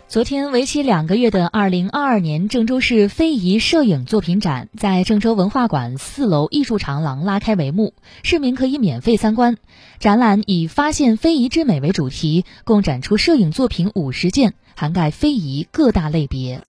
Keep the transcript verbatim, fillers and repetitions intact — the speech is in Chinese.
昨天，为期两个月的二零二二年郑州市非遗摄影作品展在郑州文化馆四楼艺术长廊拉开帷幕，市民可以免费参观。展览以发现非遗之美为主题，共展出摄影作品五十件，涵盖非遗各大类别。